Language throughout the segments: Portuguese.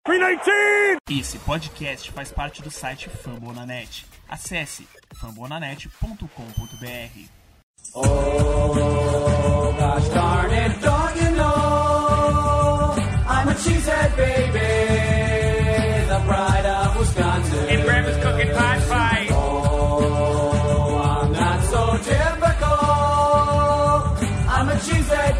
319! Esse podcast faz parte do site Fambonanet. Acesse fambonanet.com.br. Oh, gosh darn it, don't you know I'm a cheesehead baby, the pride of Wisconsin. And Grandma's cooking pot pie. Oh, I'm not so typical. I'm a cheesehead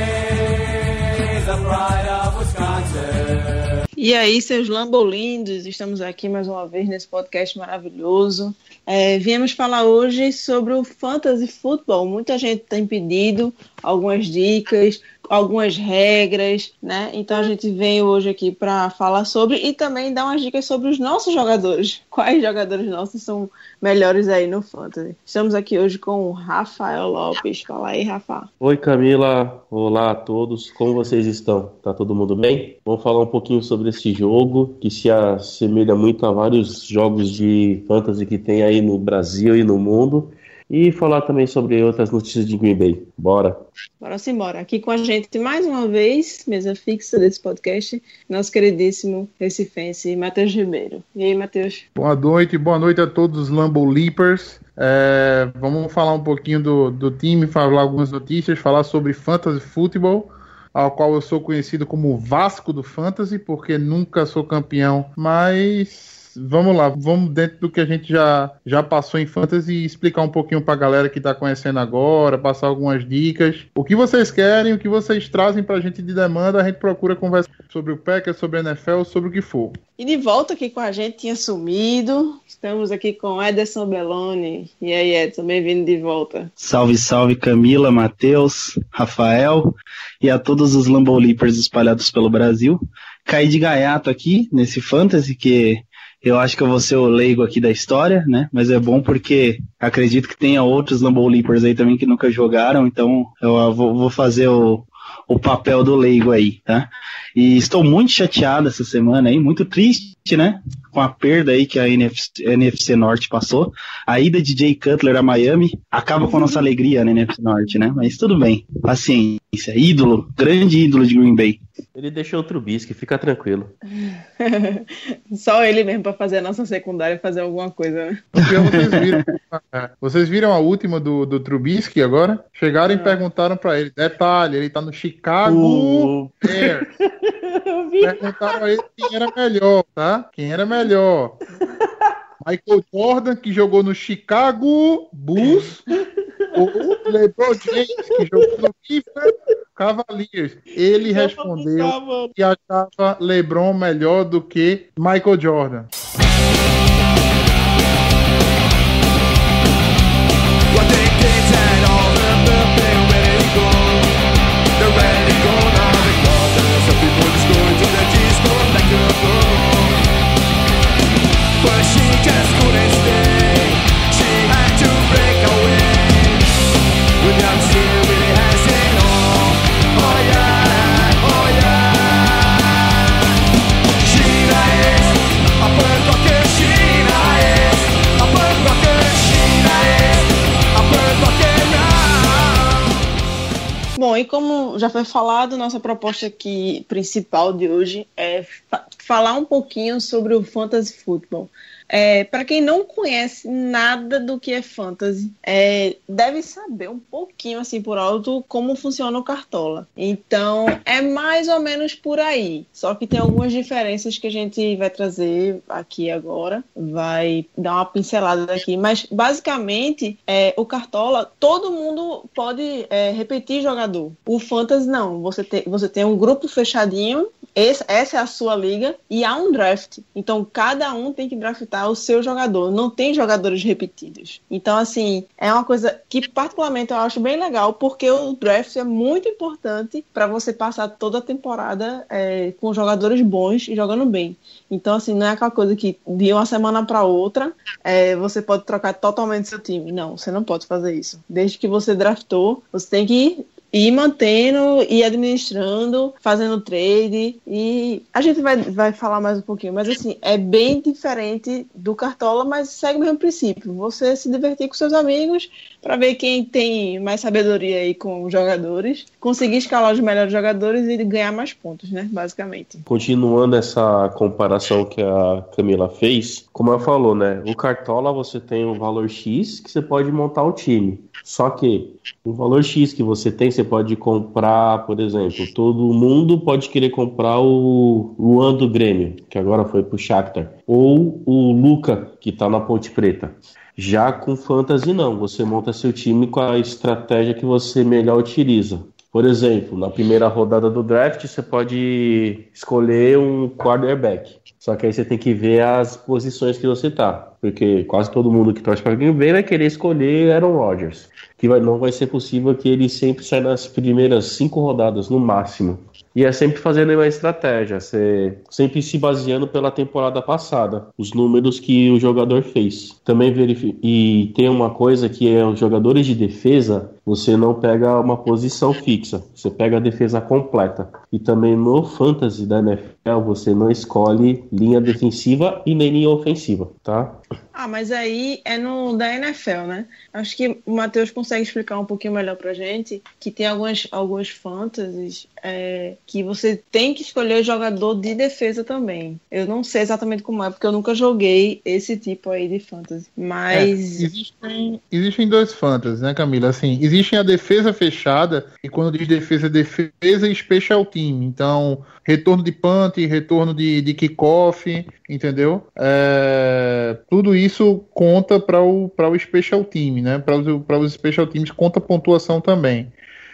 baby, the pride of Wisconsin. E aí, seus lambolindos, estamos aqui mais uma vez nesse podcast maravilhoso. Viemos falar hoje sobre o Fantasy Football. Muita gente tem pedido algumas dicas, algumas regras, né? Então a gente vem hoje aqui para falar sobre e também dar umas dicas sobre os nossos jogadores. Quais jogadores nossos são melhores aí no Fantasy? Estamos aqui hoje com o Rafael Lopes. Fala aí, Rafa. Oi, Camila. Olá a todos. Como vocês estão? Tá todo mundo bem? Vamos falar um pouquinho sobre esse jogo que se assemelha muito a vários jogos de Fantasy que tem aí no Brasil e no mundo. E falar também sobre outras notícias de Green Bay. Bora! Bora simbora. Aqui com a gente mais uma vez, mesa fixa desse podcast, nosso queridíssimo recifense, Matheus Ribeiro. E aí, Matheus? Boa noite a todos os Lambo Leapers. Vamos falar um pouquinho do time, falar algumas notícias, falar sobre Fantasy Football, ao qual eu sou conhecido como o Vasco do Fantasy, porque nunca sou campeão, mas... Vamos lá, vamos dentro do que a gente já passou em Fantasy e explicar um pouquinho pra galera que tá conhecendo agora, passar algumas dicas. O que vocês querem, o que vocês trazem pra gente de demanda, a gente procura conversar sobre o Packers, sobre a NFL, sobre o que for. E de volta aqui com a gente, tinha sumido, estamos aqui com Ederson Belloni. E aí, Edson, bem-vindo de volta. Salve, salve, Camila, Matheus, Rafael e a todos os Lambo Leapers espalhados pelo Brasil. Caí de gaiato aqui nesse Fantasy, que... eu acho que eu vou ser o leigo aqui da história, né? Mas é bom porque acredito que tenha outros Lambo Leapers aí também que nunca jogaram, então eu vou fazer o papel do leigo aí, tá? E estou muito chateado essa semana aí, muito triste, né? Com a perda aí que a NFC Norte passou. A ida de Jay Cutler a Miami acaba com a nossa alegria na NFC Norte, né? Mas tudo bem, paciência. Ídolo, grande ídolo de Green Bay. Ele deixou o Trubisky, fica tranquilo. Só ele mesmo pra fazer a nossa secundária, fazer alguma coisa, né? Vocês viram a última do Trubisky agora? Chegaram e perguntaram pra ele. Detalhe, ele tá no Chicago Bears. Perguntaram a ele quem era melhor, tá? Quem era melhor. Michael Jordan, que jogou no Chicago Bulls, ou LeBron James, que jogou no Cleveland Cavaliers. Ele respondeu que achava LeBron melhor do que Michael Jordan. Bom, e como já foi falado, nossa proposta aqui principal de hoje é falar um pouquinho sobre o Fantasy Football. Para quem não conhece nada do que é Fantasy, deve saber um pouquinho assim por alto como funciona o Cartola. Então é mais ou menos por aí, só que tem algumas diferenças que a gente vai trazer aqui agora, vai dar uma pincelada aqui, mas basicamente o Cartola, todo mundo pode repetir jogador. O Fantasy não, você tem um grupo fechadinho, essa é a sua liga e há um draft, então cada um tem que draftar o seu jogador, não tem jogadores repetidos. Então, assim, é uma coisa que particularmente eu acho bem legal, porque o draft é muito importante para você passar toda a temporada com jogadores bons e jogando bem. Então, assim, não é aquela coisa que de uma semana para outra você pode trocar totalmente seu time. Não, você não pode fazer isso. Desde que você draftou, você tem que ir mantendo, ir administrando, fazendo trade, e a gente vai falar mais um pouquinho, mas assim, é bem diferente do Cartola, mas segue o mesmo princípio, você se divertir com seus amigos, para ver quem tem mais sabedoria aí com os jogadores, conseguir escalar os melhores jogadores e ganhar mais pontos, né, basicamente. Continuando essa comparação que a Camila fez, como ela falou, né, o Cartola você tem um valor X que você pode montar o time, só que o valor X que você tem, você pode comprar, por exemplo, todo mundo pode querer comprar o Luan do Grêmio, que agora foi pro Shakhtar, ou o Luca, que tá na Ponte Preta. Já com Fantasy não, você monta seu time com a estratégia que você melhor utiliza. Por exemplo, na primeira rodada do draft você pode escolher um quarterback. Só que aí você tem que ver as posições que você tá. Porque quase todo mundo que torce para Green Bay vai querer escolher Aaron Rodgers. Que não vai ser possível que ele sempre saia nas primeiras 5 rodadas, no máximo. E é sempre fazendo uma estratégia, sempre se baseando pela temporada passada, os números que o jogador fez. Também e tem uma coisa que é os jogadores de defesa, você não pega uma posição fixa, você pega a defesa completa. E também no Fantasy da NFL, você não escolhe linha defensiva e nem linha ofensiva, tá? Ah, mas aí é no da NFL, né? Acho que o Matheus consegue explicar um pouquinho melhor pra gente, que tem alguns fantasies que você tem que escolher o jogador de defesa também. Eu não sei exatamente como é, porque eu nunca joguei esse tipo aí de fantasy. Mas... Existem 2 fantasies, né, Camila? Assim, existe a defesa fechada, e quando diz defesa e special team. Então, retorno de punt, retorno de kickoff, entendeu? Tudo isso conta para o special team, né? Para os special teams conta pontuação também.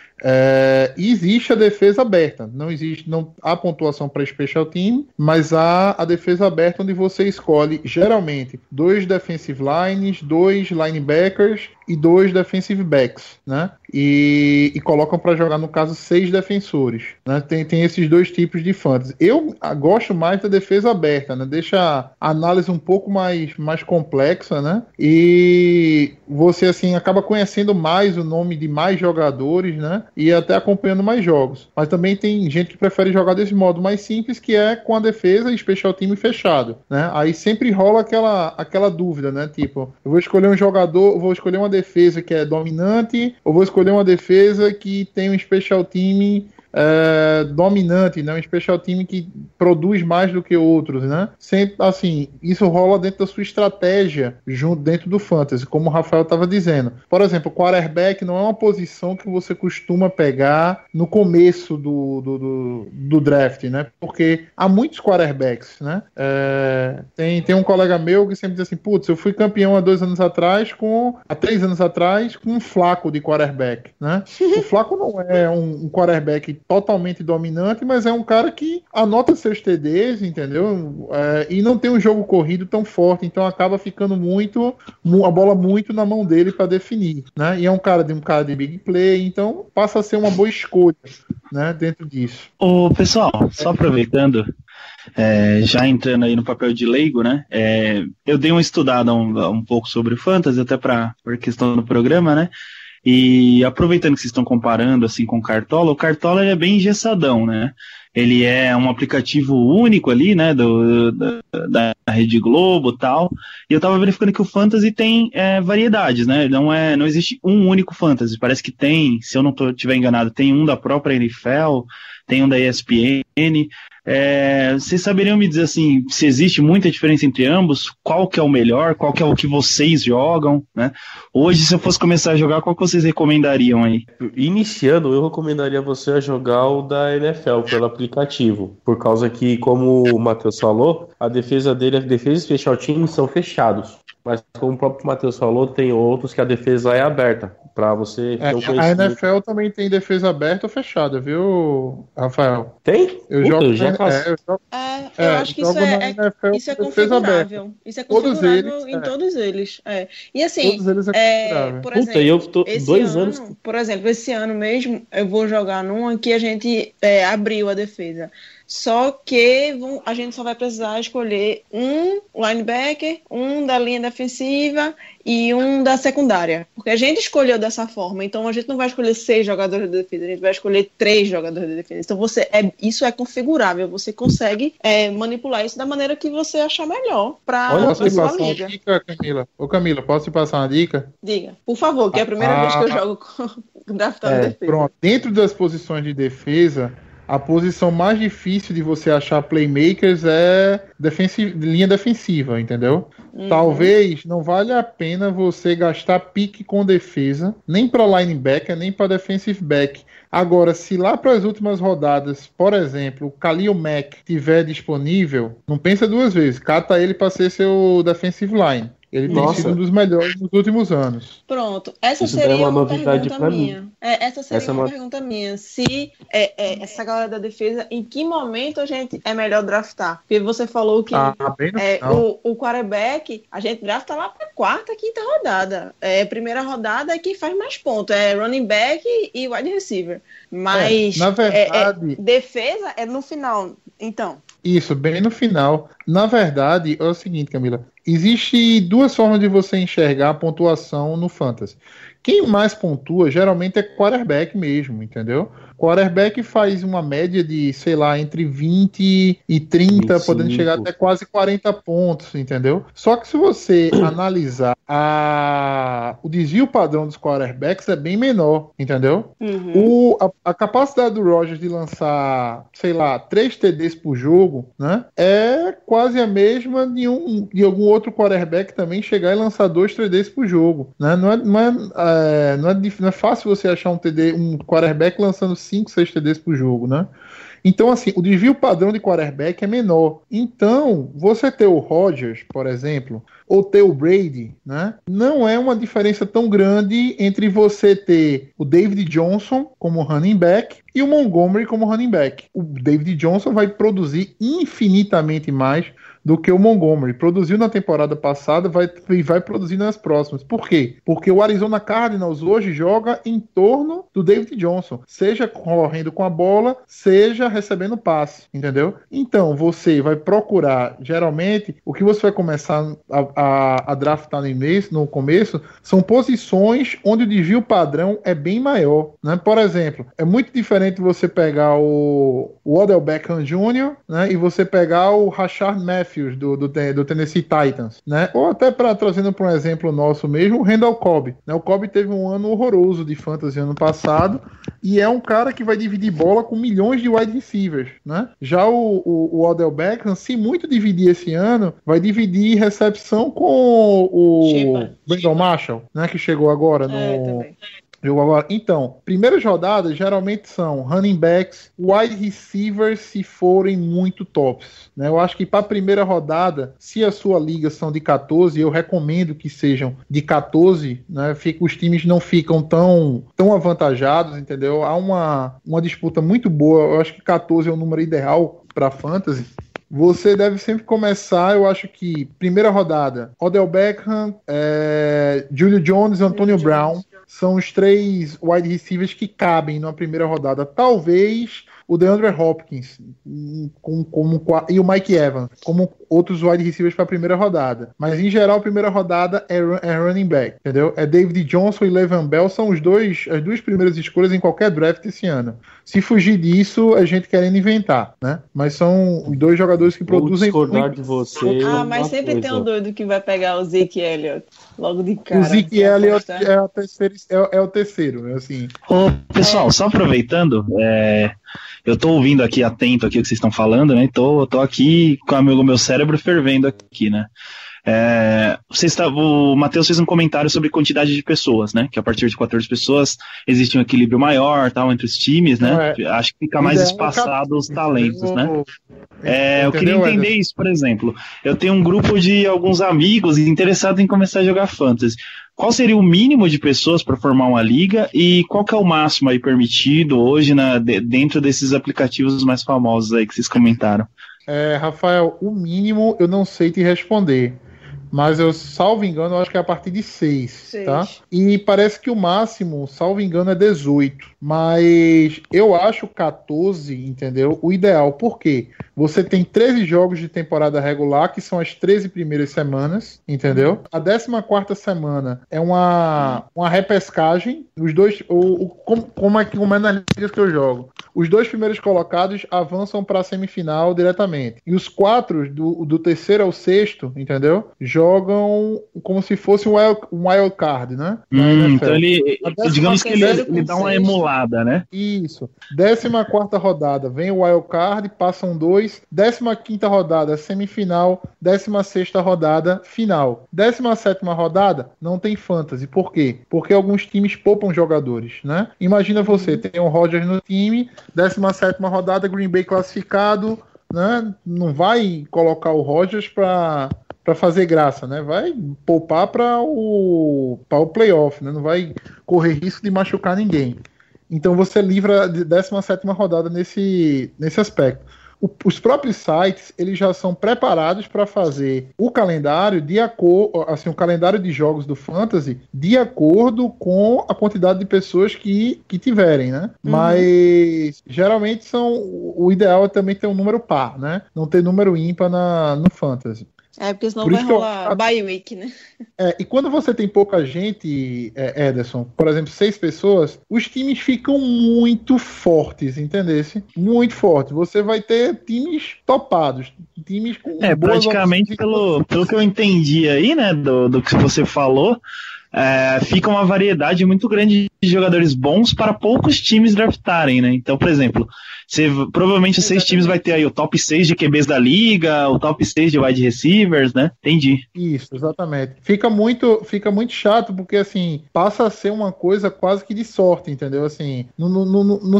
Existe a defesa aberta, não há pontuação para special team, mas há a defesa aberta onde você escolhe geralmente 2 defensive lines, 2 linebackers e 2 defensive backs, né? E colocam para jogar, no caso, 6 defensores, né? Tem esses 2 tipos de fantasy. Eu gosto mais da defesa aberta, né? Deixa a análise um pouco mais complexa, né? E você, assim, acaba conhecendo mais o nome de mais jogadores, né? E até acompanhando mais jogos. Mas também tem gente que prefere jogar desse modo mais simples, que é com a defesa e special team fechado, né? Aí sempre rola aquela dúvida, né? Tipo, eu vou escolher um jogador, vou escolher uma defesa que é dominante, ou vou escolher uma defesa que tem um special team dominante, né? Um special team que produz mais do que outros, né? Sempre, assim, isso rola dentro da sua estratégia, dentro do fantasy, como o Rafael estava dizendo. Por exemplo, o quarterback não é uma posição que você costuma pegar no começo do draft, né? Porque há muitos quarterbacks, né? Tem um colega meu que sempre diz assim, putz, eu fui campeão há 3 anos atrás com um Flaco de quarterback, né? O Flaco não é um quarterback totalmente dominante, mas é um cara que anota seus TDs, entendeu? E não tem um jogo corrido tão forte, então acaba ficando a bola muito na mão dele para definir, né? E é um cara de big play, então passa a ser uma boa escolha, né? Dentro disso. Ô, pessoal, só aproveitando, já entrando aí no papel de leigo, né? Eu dei uma estudada um pouco sobre o Fantasy, até por questão do programa, né? E aproveitando que vocês estão comparando assim com o Cartola ele é bem engessadão, né? Ele é um aplicativo único ali, né, da Rede Globo e tal, e eu tava verificando que o Fantasy tem variedades, né, não existe um único Fantasy, parece que tem, se eu não estiver enganado, tem um da própria NFL, tem um da ESPN, vocês saberiam me dizer assim, se existe muita diferença entre ambos, qual que é o melhor, qual que é o que vocês jogam, né? Hoje, se eu fosse começar a jogar, qual que vocês recomendariam aí? Iniciando, eu recomendaria você a jogar o da NFL pelo aplicativo, por causa que, como o Matheus falou, a defesa dele, a defesa e special teams são fechados. Mas como o próprio Matheus falou, tem outros que a defesa é aberta, para você ter um conhecimento. A NFL também tem defesa aberta ou fechada, viu, Rafael? Tem? Eu acho que isso é configurável. Isso é configurável em todos eles. E assim, todos eles por exemplo, por exemplo, esse ano mesmo eu vou jogar numa que a gente abriu a defesa. Só que a gente só vai precisar escolher um linebacker, um da linha defensiva e um da secundária. Porque a gente escolheu dessa forma, então a gente não vai escolher 6 jogadores de defesa, a gente vai escolher 3 jogadores de defesa. Então isso é configurável, você consegue manipular isso da maneira que você achar melhor para a sua liga. Dica, Camila. Ô Camila, posso te passar uma dica? Diga, por favor, que é a primeira vez que eu jogo draftando defesa. Pronto, dentro das posições de defesa, a posição mais difícil de você achar playmakers é linha defensiva, entendeu? Talvez não valha a pena você gastar pique com defesa, nem para linebacker, nem para defensive back. Agora, se lá para as últimas rodadas, por exemplo, o Khalil Mack estiver disponível, não pensa 2 vezes, cata ele para ser seu defensive line. Ele tem sido um dos melhores nos últimos anos. Pronto, essa Isso seria uma uma novidade pergunta pra minha. mim. Essa seria uma pergunta minha. Se essa galera da defesa, em que momento a gente é melhor draftar? Porque você falou que o quarterback, a gente drafta lá para 4ª, 5ª rodada. Primeira rodada é quem faz mais pontos. É running back e wide receiver. Mas na verdade, defesa é no final. Então... Isso, bem no final. Na verdade, é o seguinte, Camila. Existe 2 formas de você enxergar a pontuação no Fantasy. Quem mais pontua, geralmente, é quarterback mesmo, entendeu? Quarterback faz uma média de, sei lá, entre 20 e 30, 25. Podendo chegar até quase 40 pontos, entendeu? Só que se você analisar o desvio padrão dos quarterbacks é bem menor, entendeu? A capacidade do Rodgers de lançar, sei lá, 3 TDs por jogo, né? É quase a mesma de algum outro quarterback também chegar e lançar 2 TDs por jogo, né? Não é fácil você achar um quarterback lançando 5, 6 TDs por jogo, né? Então, assim, o desvio padrão de quarterback é menor. Então, você ter o Rodgers, por exemplo, ou ter o Brady, né? Não é uma diferença tão grande entre você ter o David Johnson como running back e o Montgomery como running back. O David Johnson vai produzir infinitamente mais do que o Montgomery. Produziu na temporada passada e vai produzir nas próximas. Por quê? Porque o Arizona Cardinals hoje joga em torno do David Johnson, seja correndo com a bola, seja recebendo passe, entendeu? Então, você vai procurar, geralmente, o que você vai começar a draftar no começo, são posições onde o desvio padrão é bem maior, né? Por exemplo, é muito diferente você pegar o Odell Beckham Jr., né, e você pegar o Rashard Matthews do Tennessee Titans, né? Ou até trazendo para um exemplo nosso mesmo, o Randall Cobb, né? O Cobb teve um ano horroroso de fantasy ano passado e é um cara que vai dividir bola com milhões de wide receivers, né? Já o Odell Beckham, se muito dividir esse ano, vai dividir recepção com o Brandon Marshall, né? Que chegou agora no... Então, primeiras rodadas geralmente são running backs, wide receivers se forem muito tops, né? Eu acho que para a primeira rodada, se a sua liga são de 14, eu recomendo que sejam de 14, né? Os times não ficam tão avantajados, entendeu? Há uma disputa muito boa, eu acho que 14 é o número ideal para fantasy. Você deve sempre começar, eu acho que primeira rodada, Odell Beckham, Julio Jones e Antonio Brown são os 3 wide receivers que cabem na primeira rodada. Talvez o DeAndre Hopkins e o Mike Evans como outros wide receivers para a primeira rodada. Mas, em geral, a primeira rodada é running back, entendeu? É David Johnson e Le'Veon Bell, são as 2 primeiras escolhas em qualquer draft esse ano. Se fugir disso, é gente querendo inventar, né? Mas são os 2 jogadores que produzem... Vou discordar de você. Mas sempre tem um doido que vai pegar o Zeke Elliott logo de cara. O Zeke Elliott é o terceiro, assim. Ô, pessoal, só aproveitando, eu tô ouvindo aqui, atento aqui o que vocês estão falando, né? Tô aqui com o meu cérebro fervendo aqui, né? O Matheus fez um comentário sobre quantidade de pessoas, né? Que a partir de 14 pessoas existe um equilíbrio maior, tal, entre os times, né? Acho que fica mais espaçado os talentos, né? Eu queria entender isso, por exemplo. Eu tenho um grupo de alguns amigos interessados em começar a jogar fantasy. Qual seria o mínimo de pessoas para formar uma liga e qual que é o máximo aí permitido hoje dentro desses aplicativos mais famosos aí que vocês comentaram? Rafael, o mínimo eu não sei te responder. mas eu, salvo engano, eu acho que é a partir de 6, tá? E parece que o máximo, salvo engano, é 18. Mas eu acho 14, entendeu? O ideal. Por quê? Você tem 13 jogos de temporada regular, que são as 13 primeiras semanas, entendeu? A 14ª semana é uma repescagem. Os dois, como é nas ligas que eu jogo? Os 2 primeiros colocados avançam para a semifinal diretamente. E os 4, do terceiro ao sexto, entendeu? Jogam como se fosse um wild card, né? Então digamos que ele dá uma emulada, né? Isso. 14ª rodada vem o wild card, passam 2. 15ª rodada, semifinal. 16ª rodada, final. 17ª rodada, não tem fantasy. Por quê? Porque alguns times poupam jogadores, né? Imagina você, tem o Rodgers no time, 17ª rodada, Green Bay classificado, né? Não vai colocar o Rodgers para fazer graça, né? Vai poupar para o playoff, né? Não vai correr risco de machucar ninguém. Então você livra de 17ª rodada nesse aspecto. Os próprios sites, eles já são preparados para fazer o calendário o calendário de jogos do Fantasy de acordo com a quantidade de pessoas que tiverem, né? Mas geralmente o ideal é também ter um número par, né? Não ter número ímpar no Fantasy. Porque senão vai rolar bye week, né? E quando você tem pouca gente, Ederson, por exemplo, 6 pessoas, os times ficam muito fortes, entendesse? Muito fortes. Você vai ter times topados, times com praticamente pelo que eu entendi aí, né, do que você falou, fica uma variedade muito grande de jogadores bons para poucos times draftarem, né? Então, por exemplo, provavelmente os 6 times vai ter aí o top 6 de QBs da liga, o top 6 de wide receivers, né? Entendi. Isso, exatamente. Fica muito chato, porque assim, passa a ser uma coisa quase que de sorte, entendeu? Assim, não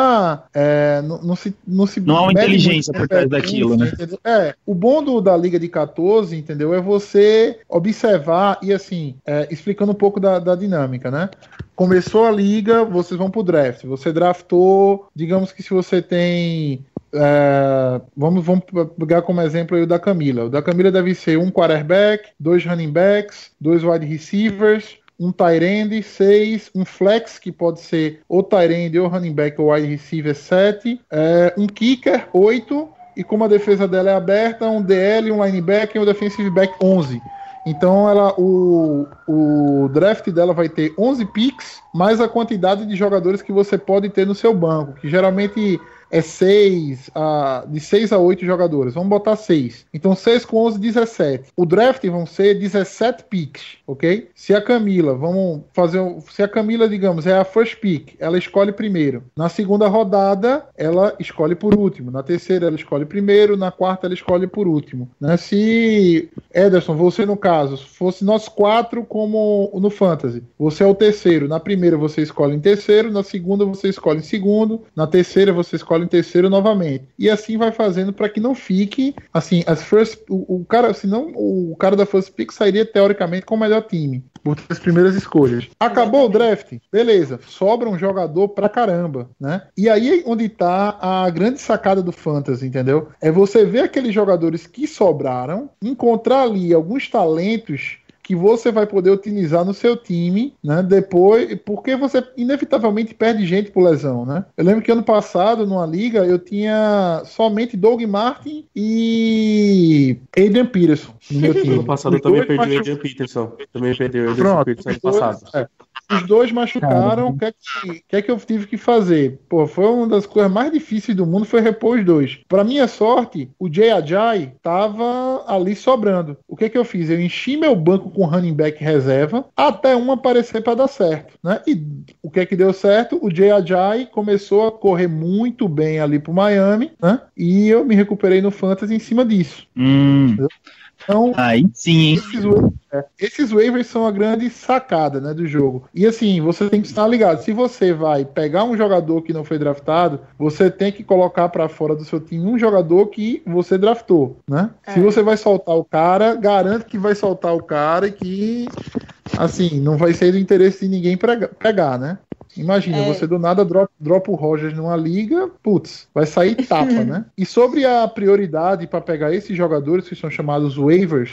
há uma inteligência por trás daquilo, né? Entendeu? O bom da Liga de 14, entendeu? É você observar e assim, explicando um pouco da dinâmica, né? Começou a liga, vocês vão pro draft. Você draftou, digamos que se você tem... vamos pegar como exemplo aí o da Camila. O da Camila deve ser um quarterback, 2 running backs, 2 wide receivers, um tight end, 6, um flex, que pode ser ou tight end, ou running back, ou wide receiver, 7, um kicker, 8, e como a defesa dela é aberta, um DL, um linebacker e um defensive back, 11. Então o draft dela vai ter 11 picks, mais a quantidade de jogadores que você pode ter no seu banco, que geralmente é de 6 a 8 jogadores. Vamos botar 6. Então 6 com 11, 17. O draft vão ser 17 picks, ok? Se a Camila, digamos, é a first pick, ela escolhe primeiro. Na segunda rodada, ela escolhe por último. Na terceira, ela escolhe primeiro. Na quarta, ela escolhe por último. Né? Se, Ederson, você no caso, fosse nós 4 como no Fantasy, você é o terceiro. Na primeira, você escolhe em terceiro. Na segunda, você escolhe em segundo. Na terceira, você escolhe em terceiro novamente. E assim vai fazendo para que não fique assim, o cara da first pick sairia teoricamente com o melhor time, por ter as primeiras escolhas. Acabou o draft, beleza, sobra um jogador pra caramba, né? E aí onde tá a grande sacada do Fantasy, entendeu? É você ver aqueles jogadores que sobraram, encontrar ali alguns talentos que você vai poder utilizar no seu time, né, depois, porque você inevitavelmente perde gente por lesão, né? Eu lembro que ano passado, numa liga, eu tinha somente Doug Martin e Adrian Peterson no meu time. Ano passado eu também perdi o Adrian Peterson. Também perdi o Adrian Peterson ano passado. Os 2 machucaram, o que é que eu tive que fazer? Pô, foi uma das coisas mais difíceis do mundo, foi repor os 2. Para minha sorte, o Jay Ajayi tava ali sobrando. O que é que eu fiz? Eu enchi meu banco com running back reserva, até um aparecer para dar certo, né? E o que é que deu certo? O Jay Ajayi começou a correr muito bem ali pro Miami, né? E eu me recuperei no Fantasy em cima disso. Então, aí sim, esses waivers são a grande sacada, né, do jogo. E assim, você tem que estar ligado. Se você vai pegar um jogador que não foi draftado, você tem que colocar para fora do seu time um jogador que você draftou, né? Se você vai soltar o cara, garante que vai soltar o cara e que, assim, não vai ser do interesse de ninguém pegar, né? Imagina, você do nada dropa o Rodgers numa liga, putz, vai sair tapa, né? E sobre a prioridade para pegar esses jogadores que são chamados waivers,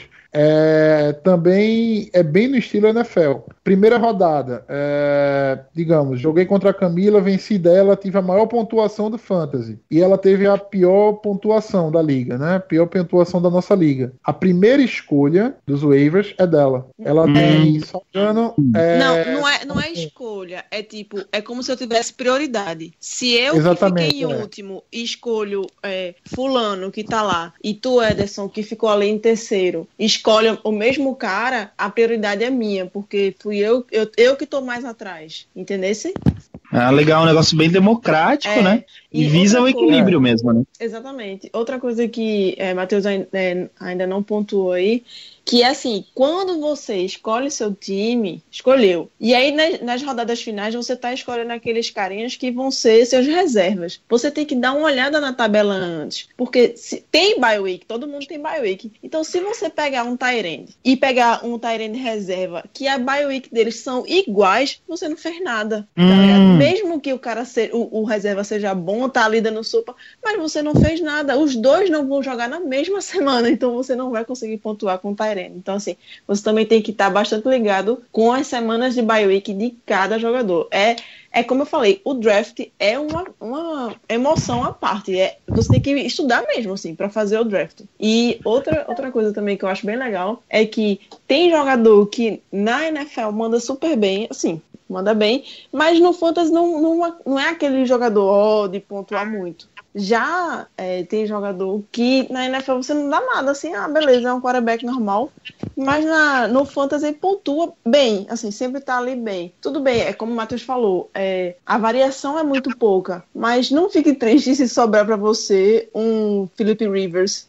também é bem no estilo NFL. Primeira rodada, digamos, joguei contra a Camila, venci dela, tive a maior pontuação do Fantasy. E ela teve a pior pontuação da liga, né? Pior pontuação da nossa liga. A primeira escolha dos waivers é dela. Ela tem, só engano... Não é escolha. É tipo, é como se eu tivesse prioridade. Se eu que fiquei em último e escolho fulano que tá lá, e tu, Ederson, que ficou ali em terceiro, escolhe o mesmo cara, a prioridade é minha, porque fui eu que tô mais atrás, entendesse? Legal, um negócio bem democrático, né? E visa o equilíbrio mesmo, né? Exatamente. Outra coisa que Matheus ainda não pontuou aí, que é assim, quando você escolhe seu time, escolheu, e aí nas rodadas finais você tá escolhendo aqueles carinhas que vão ser seus reservas. Você tem que dar uma olhada na tabela antes, porque se tem bye week, todo mundo tem bye week. Então se você pegar um tight end e pegar um tight end reserva, que a bye week deles são iguais, você não fez nada. Tá ligado? Mesmo que o cara o reserva seja bom, tá ali dando sopa, mas você não fez nada. Os dois não vão jogar na mesma semana, então você não vai conseguir pontuar com o tight end. Então, assim, você também tem que estar bastante ligado com as semanas de bye week de cada jogador. É como eu falei, o draft é uma emoção à parte. Você tem que estudar mesmo, assim, para fazer o draft. E outra coisa também que eu acho bem legal é que tem jogador que na NFL manda super bem, assim, manda bem, mas no Fantasy não é aquele jogador de pontuar muito. Já tem jogador que na NFL você não dá nada, assim, beleza, é um quarterback normal, mas no Fantasy pontua bem, assim, sempre tá ali bem. Tudo bem, é como o Matheus falou, a variação é muito pouca, mas não fique triste se sobrar pra você um Philip Rivers,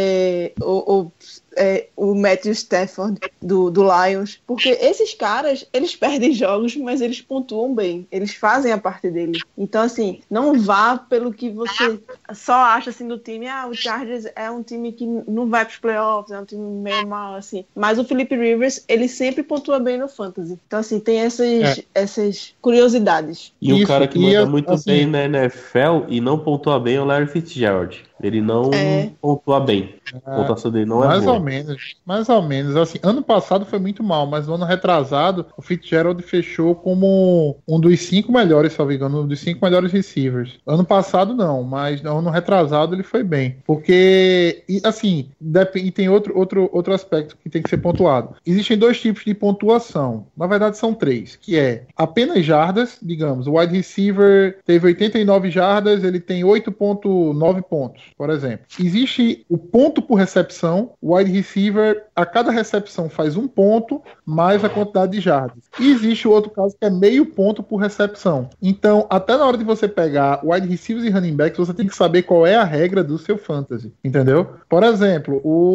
o Matthew Stafford do Lions, porque esses caras, eles perdem jogos, mas eles pontuam bem, eles fazem a parte dele. Então, assim, não vá pelo que você só acha, assim, do time, o Chargers é um time que não vai pros playoffs, é um time meio mal, assim, mas o Philip Rivers, ele sempre pontua bem no Fantasy. Então, assim, tem essas curiosidades. E um cara que manda muito bem na NFL e não pontua bem é o Larry Fitzgerald. Ele não pontua bem. A pontuação dele não é boa. Mais ou menos. Assim, ano passado foi muito mal, mas no ano retrasado, o Fitzgerald fechou como um dos 5 melhores, se não me engano, um dos 5 melhores receivers. Ano passado não, mas no ano retrasado ele foi bem. Porque, assim, e tem outro aspecto que tem que ser pontuado. Existem 2 tipos de pontuação. Na verdade são 3, que é apenas jardas, digamos, o wide receiver teve 89 jardas, ele tem 8.9 pontos. Por exemplo, existe o ponto por recepção, o wide receiver, a cada recepção faz 1 ponto, mais a quantidade de jardas. E existe o outro caso que é meio ponto por recepção. Então, até na hora de você pegar wide receivers e running backs, você tem que saber qual é a regra do seu fantasy, entendeu? Por exemplo,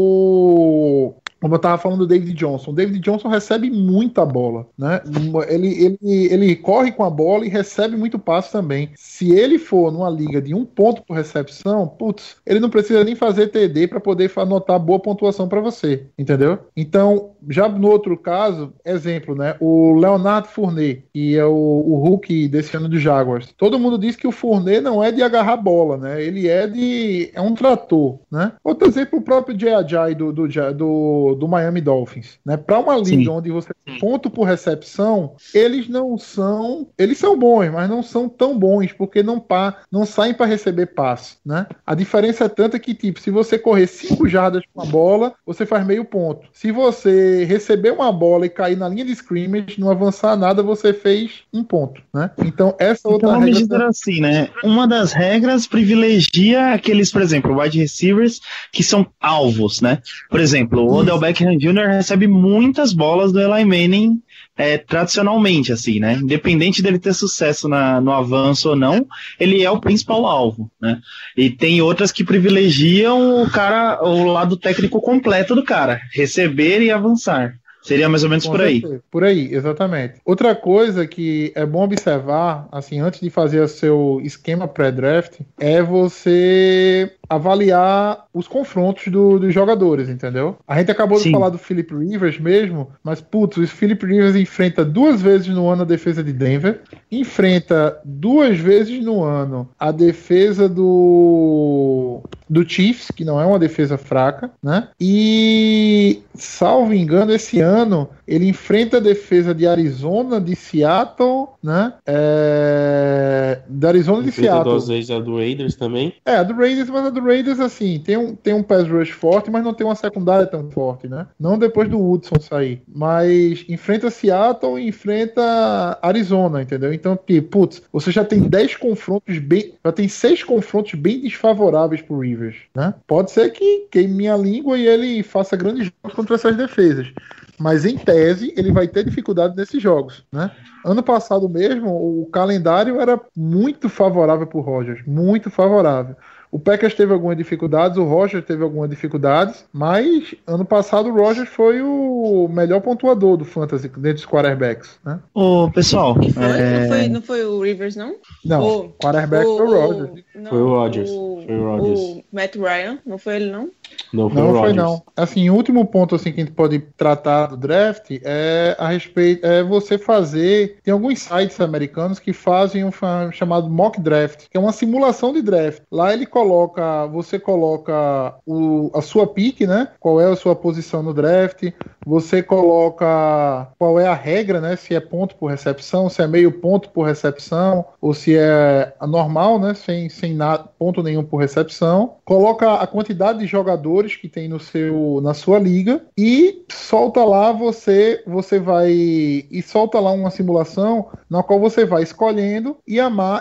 como eu estava falando do David Johnson. O David Johnson recebe muita bola, né? Ele corre com a bola e recebe muito passe também. Se ele for numa liga de 1 ponto por recepção, putz, ele não precisa nem fazer TD para poder anotar boa pontuação para você, entendeu? Então, já no outro caso, exemplo, né? O Leonard Fournette, que é o rookie desse ano do Jaguars. Todo mundo diz que o Fournette não é de agarrar bola, né? Ele é um trator, né? Outro exemplo, o próprio Jay Ajayi do Miami Dolphins, né? Para uma liga onde você tem ponto por recepção, eles são bons, mas não são tão bons porque não saem para receber passe, né? A diferença é tanta que, tipo, se você correr 5 jardas com a bola, você faz meio ponto. Se você receber uma bola e cair na linha de scrimmage, não avançar nada, você fez 1 ponto, né? Então essa outra regra... Vamos dizer assim, né? Uma das regras privilegia aqueles, por exemplo, wide receivers que são alvos, né? Por exemplo, o Odell Beckham Jr. recebe muitas bolas do Eli Manning tradicionalmente, assim, né? Independente dele ter sucesso no avanço ou não, ele é o principal alvo, né? E tem outras que privilegiam o lado técnico completo do cara, receber e avançar. Seria mais ou menos Com por aí. certeza. Por aí, exatamente. Outra coisa que é bom observar, assim, antes de fazer o seu esquema pré-draft, é você avaliar os confrontos dos jogadores, entendeu? A gente acabou de Sim. falar do Philip Rivers mesmo, mas, putz, o Philip Rivers enfrenta 2 vezes no ano a defesa de Denver, enfrenta 2 vezes no ano a defesa do Chiefs, que não é uma defesa fraca, né? E, salvo engano, esse ano ele enfrenta a defesa de Arizona, de Seattle, né? Da Arizona e de Enfrenta Seattle. 2 vezes a do Raiders também. A do Raiders, mas a do Raiders, assim, tem um pass rush forte, mas não tem uma secundária tão forte, né? Não depois do Woodson sair. Mas enfrenta Seattle e enfrenta Arizona, entendeu? Então, putz, você já tem 10 confrontos já tem 6 confrontos bem desfavoráveis pro Rivers, né? Pode ser que queime minha língua e ele faça grandes jogos contra essas defesas. Mas em tese, ele vai ter dificuldade nesses jogos, né? Ano passado mesmo, o calendário era muito favorável pro Rodgers, muito favorável. O Packers teve algumas dificuldades, o Rodgers teve algumas dificuldades, mas ano passado o Rodgers foi o melhor pontuador do Fantasy dentre os quarterbacks, né? Ô, pessoal, Não foi o Rivers, não? Não, o quarterback foi o Rodgers. Foi o Rodgers. O Matt Ryan, não foi ele, não? Não foi o Não foi Rodgers. não. Assim, o último ponto assim que a gente pode tratar do draft é a respeito você fazer. Tem alguns sites americanos que fazem um chamado mock draft, que é uma simulação de draft. Lá você coloca a sua pick, né? Qual é a sua posição no draft? Você coloca qual é a regra, né? Se é ponto por recepção, se é meio ponto por recepção, ou se é a normal, né? Sem ponto nenhum por recepção. Coloca a quantidade de jogadores que tem na sua liga e solta lá solta lá uma simulação na qual você vai escolhendo e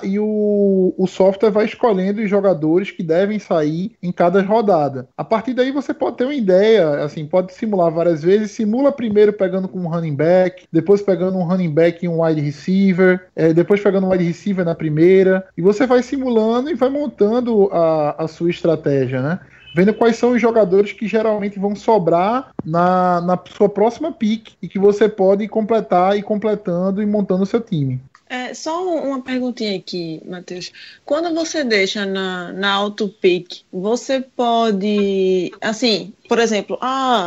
o software vai escolhendo os jogadores que devem sair em cada rodada. A partir daí você pode ter uma ideia, assim, pode simular várias vezes, simula primeiro pegando com um running back, depois pegando um running back e um wide receiver, depois pegando um wide receiver na primeira, e você vai simulando e vai montando a sua estratégia, né? Vendo quais são os jogadores que geralmente vão sobrar na sua próxima pick e que você pode completar e completando e montando o seu time. Só uma perguntinha aqui, Matheus. Quando você deixa na auto-pick, você pode, assim, por exemplo,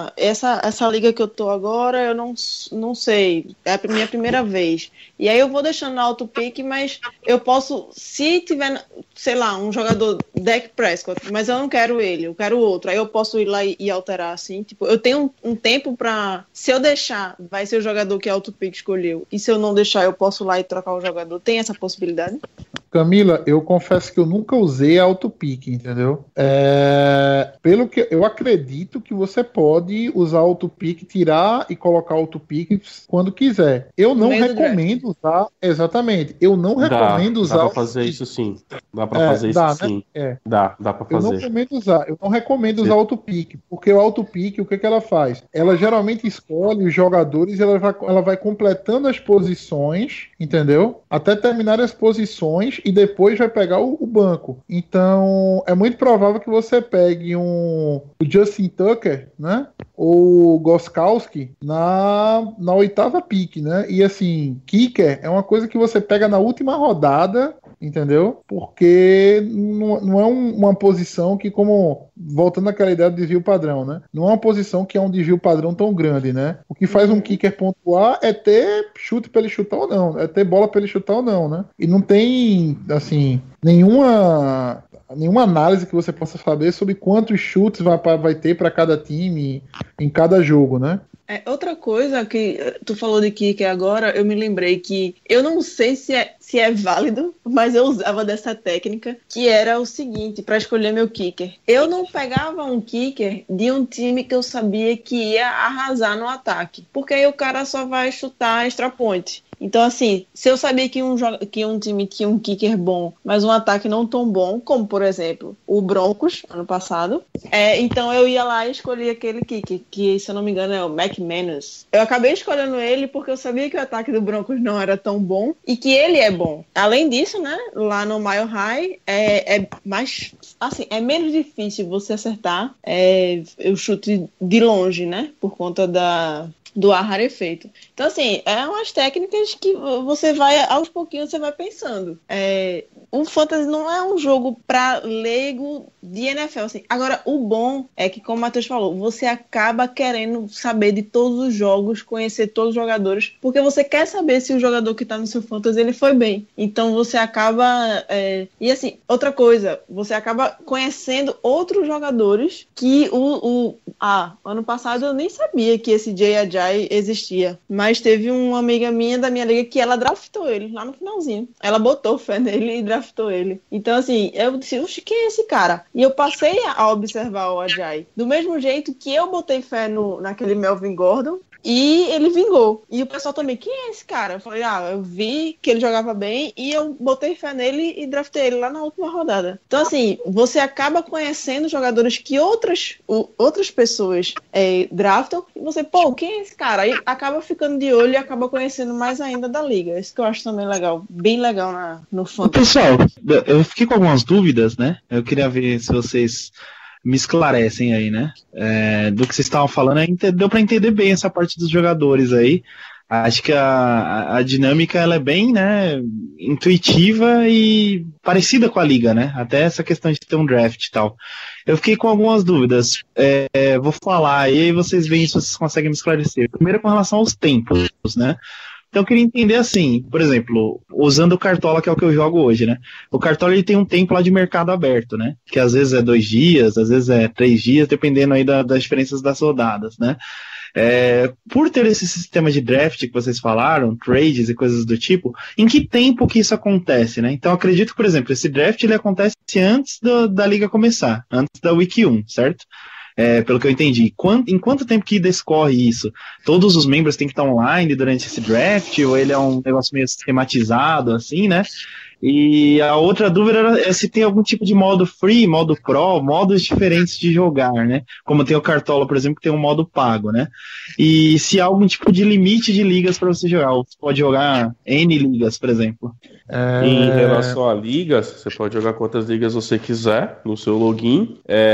essa liga que eu tô agora, eu não sei, é a minha primeira vez. E aí eu vou deixando na auto-pick, mas eu posso, se tiver, sei lá, um jogador Dak Prescott, mas eu não quero ele, eu quero outro. Aí eu posso ir lá e alterar, assim. Tipo, eu tenho um tempo pra, se eu deixar, vai ser o jogador que a auto-pick escolheu. E se eu não deixar, eu posso ir lá e trocar o jogador. Tem essa possibilidade? Camila, eu confesso que eu nunca usei a auto-pick, entendeu? Pelo que eu acredito que você pode usar auto-pick, tirar e colocar auto-pick quando quiser. Eu não recomendo usar, exatamente. Eu não recomendo usar. Dá pra fazer isso sim. Dá pra fazer isso sim. Né? Dá pra fazer. Eu não recomendo usar auto-pick, porque o auto-pick, o que ela faz? Ela geralmente escolhe os jogadores e ela vai completando as posições, entendeu? Até terminar as posições e depois vai pegar o banco. Então, é muito provável que você pegue o Justin Tucker, né? Ou o Gostkowski na 8ª pick, né? E assim, kicker é uma coisa que você pega na última rodada, entendeu? Porque não é uma posição que, como voltando àquela ideia do desvio padrão, né? Não é uma posição que é um desvio padrão tão grande, né? O que faz um kicker pontuar é ter chute para ele chutar ou não, é ter bola para ele chutar ou não, né? E não tem, assim, nenhuma análise que você possa saber sobre quantos chutes vai ter para cada time em cada jogo, né? Outra coisa que tu falou de kicker agora, eu me lembrei que eu não sei se é válido, mas eu usava dessa técnica, que era o seguinte, para escolher meu kicker. Eu não pegava um kicker de um time que eu sabia que ia arrasar no ataque, porque aí o cara só vai chutar extra point. Então, assim, se eu sabia que um time tinha um kicker bom, mas um ataque não tão bom, como, por exemplo, o Broncos, ano passado, então eu ia lá e escolhia aquele kicker, que, se eu não me engano, é o McManus. Eu acabei escolhendo ele porque eu sabia que o ataque do Broncos não era tão bom e que ele é bom. Além disso, né, lá no Mile High, mais, assim, é menos difícil você acertar o chute de longe, né, por conta do ar rarefeito. Então, assim, é umas técnicas que você vai, aos pouquinhos, você vai pensando. O Fantasy não é um jogo para leigo de NFL, assim. Agora, o bom é que, como o Matheus falou, você acaba querendo saber de todos os jogos, conhecer todos os jogadores, porque você quer saber se o jogador que tá no seu Fantasy, ele foi bem. Então, você acaba... E, assim, outra coisa, você acaba conhecendo outros jogadores que ano passado eu nem sabia que esse Jay Ajayi existia, mas teve uma amiga minha da minha liga que ela draftou ele lá no finalzinho. Ela botou fé nele e draftou ele. Então, assim, eu disse, oxe, quem é esse cara? E eu passei a observar o Ajayi. Do mesmo jeito que eu botei fé naquele Melvin Gordon, e ele vingou. E o pessoal também, quem é esse cara? Eu falei, eu vi que ele jogava bem e eu botei fé nele e draftei ele lá na última rodada. Então, assim, você acaba conhecendo jogadores que outras pessoas draftam e você, quem é esse cara? Aí acaba ficando de olho e acaba conhecendo mais ainda da liga. Isso que eu acho também legal, bem legal no fantasy. Pessoal, eu fiquei com algumas dúvidas, né? Eu queria ver se vocês me esclarecem aí, né? Do que vocês estavam falando, deu para entender bem essa parte dos jogadores aí. Acho que a dinâmica ela é bem, né, intuitiva e parecida com a liga, né? Até essa questão de ter um draft e tal. Eu fiquei com algumas dúvidas. Vou falar e aí vocês veem se vocês conseguem me esclarecer. Primeiro com relação aos tempos, né? Então eu queria entender assim, por exemplo, usando o Cartola, que é o que eu jogo hoje, né? O Cartola ele tem um tempo lá de mercado aberto, né? Que às vezes é 2 dias, às vezes é 3 dias, dependendo aí das diferenças das rodadas, né? Por ter esse sistema de draft que vocês falaram, trades e coisas do tipo, em que tempo que isso acontece, né? Então eu acredito que, por exemplo, esse draft ele acontece antes da liga começar, antes da Week 1, certo? Pelo que eu entendi. Em quanto tempo que descorre isso? Todos os membros têm que estar online durante esse draft, ou ele é um negócio meio esquematizado, assim, né? E a outra dúvida é se tem algum tipo de modo free, modo pro, modos diferentes de jogar, né? Como tem o Cartola, por exemplo, que tem um modo pago, né? E se há algum tipo de limite de ligas para você jogar. Você pode jogar N ligas, por exemplo. Em relação a ligas, você pode jogar quantas ligas você quiser no seu login.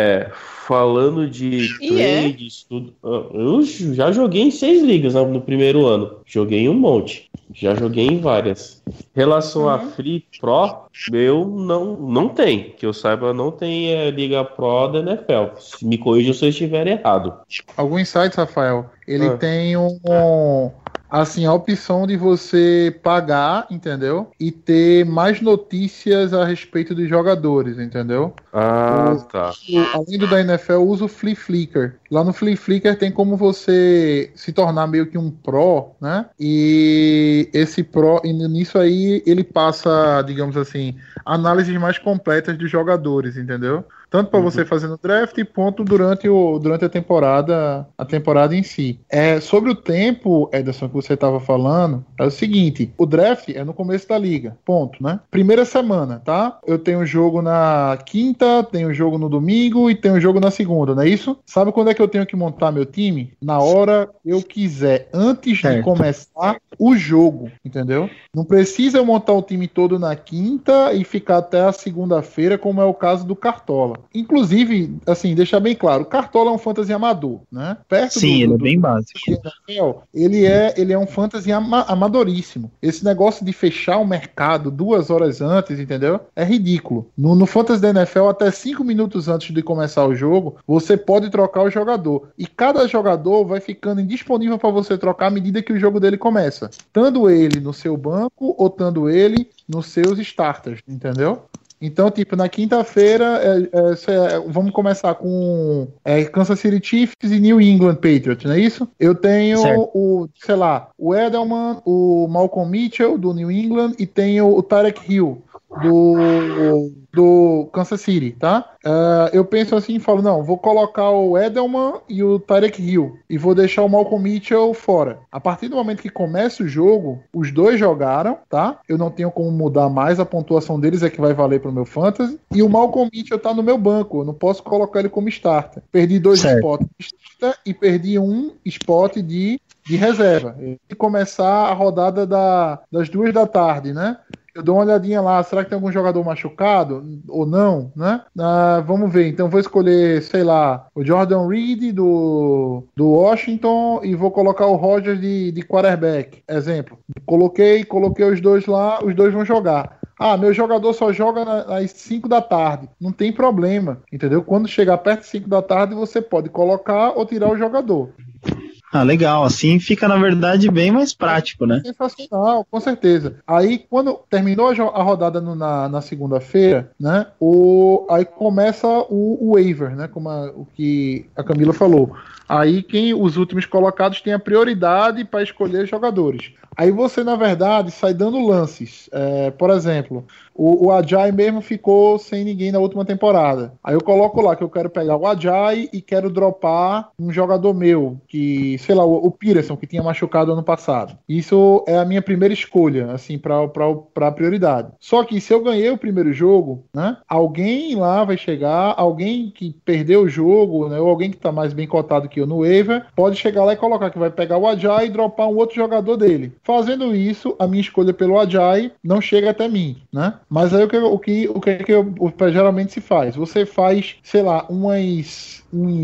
Falando de trades, tudo. Eu já joguei em 6 ligas no primeiro ano. Joguei em um monte. Já joguei em várias. Em relação a Free Pro, não tem. Que eu saiba, não tem Liga Pro da NFL. Me corrija se eu estiver errado. Alguns sites, Rafael, ele tem assim, a opção de você pagar, entendeu? E ter mais notícias a respeito dos jogadores, entendeu? Tá. Além do da NFL, eu uso o Flea Flicker. Lá no Flea Flicker tem como você se tornar meio que um pro, né? E esse pro, e nisso aí, ele passa, digamos assim, análises mais completas dos jogadores, entendeu? Tanto para você fazer no draft, ponto durante a temporada em si. Sobre o tempo, Ederson, que você estava falando, é o seguinte, o draft é no começo da liga, ponto, né? Primeira semana, tá? Eu tenho jogo na quinta, tenho jogo no domingo e tenho jogo na segunda, não é isso? Sabe quando é que eu tenho que montar meu time? Na hora eu quiser, antes de começar o jogo, entendeu? Não precisa eu montar o time todo na quinta e ficar até a segunda-feira, como é o caso do Cartola. Inclusive, assim, deixar bem claro, o Cartola é um fantasy amador, né? Ele é bem básico. Ele é um fantasy amadoríssimo. Esse negócio de fechar o mercado 2 horas antes, entendeu? É ridículo. No fantasy da NFL, até 5 minutos antes de começar o jogo, você pode trocar o jogador. E cada jogador vai ficando indisponível para você trocar à medida que o jogo dele começa. Estando ele no seu banco ou estando ele nos seus starters, entendeu? Então, tipo, na quinta-feira, vamos começar com Kansas City Chiefs e New England Patriots, não é isso? Eu tenho o Edelman, o Malcolm Mitchell, do New England, e tenho o Tyreek Hill, do Kansas City, tá? Eu penso assim e falo, não, vou colocar o Edelman e o Tyreek Hill e vou deixar o Malcolm Mitchell fora. A partir do momento que começa o jogo, os dois jogaram, tá? Eu não tenho como mudar mais, a pontuação deles é que vai valer pro meu fantasy, e o Malcolm Mitchell tá no meu banco, eu não posso colocar ele como starter. Perdi 2 spots de starter e perdi 1 spot de reserva. E começar a rodada das 2 da tarde, né? eu dou uma olhadinha lá, será que tem algum jogador machucado ou não, né? Vamos ver, então vou escolher, sei lá, o Jordan Reed do Washington e vou colocar o Rodgers de quarterback, exemplo. Coloquei os dois lá, os dois vão jogar. Meu jogador só joga às 5 da tarde. Não tem problema, entendeu? Quando chegar perto de 5 da tarde, você pode colocar ou tirar o jogador. Legal. Assim fica, na verdade, bem mais prático, né? Sensacional, com certeza. Aí, quando terminou a rodada na segunda-feira, né? Aí começa o waiver, né? Como o que a Camila falou. Aí, os últimos colocados têm a prioridade para escolher jogadores. Aí você, na verdade, sai dando lances. Por exemplo, o Ajay mesmo ficou sem ninguém na última temporada. Aí eu coloco lá que eu quero pegar o Ajay e quero dropar um jogador meu, que, sei lá, o Peterson, que tinha machucado ano passado. Isso é a minha primeira escolha, assim, para prioridade. Só que se eu ganhei o primeiro jogo, né, alguém lá vai chegar, alguém que perdeu o jogo, né, ou alguém que está mais bem cotado que eu no waiver, pode chegar lá e colocar que vai pegar o Ajay e dropar um outro jogador dele. Fazendo isso, a minha escolha pelo Ajay não chega até mim, né? Mas aí o que geralmente se faz? Você faz, sei lá, uns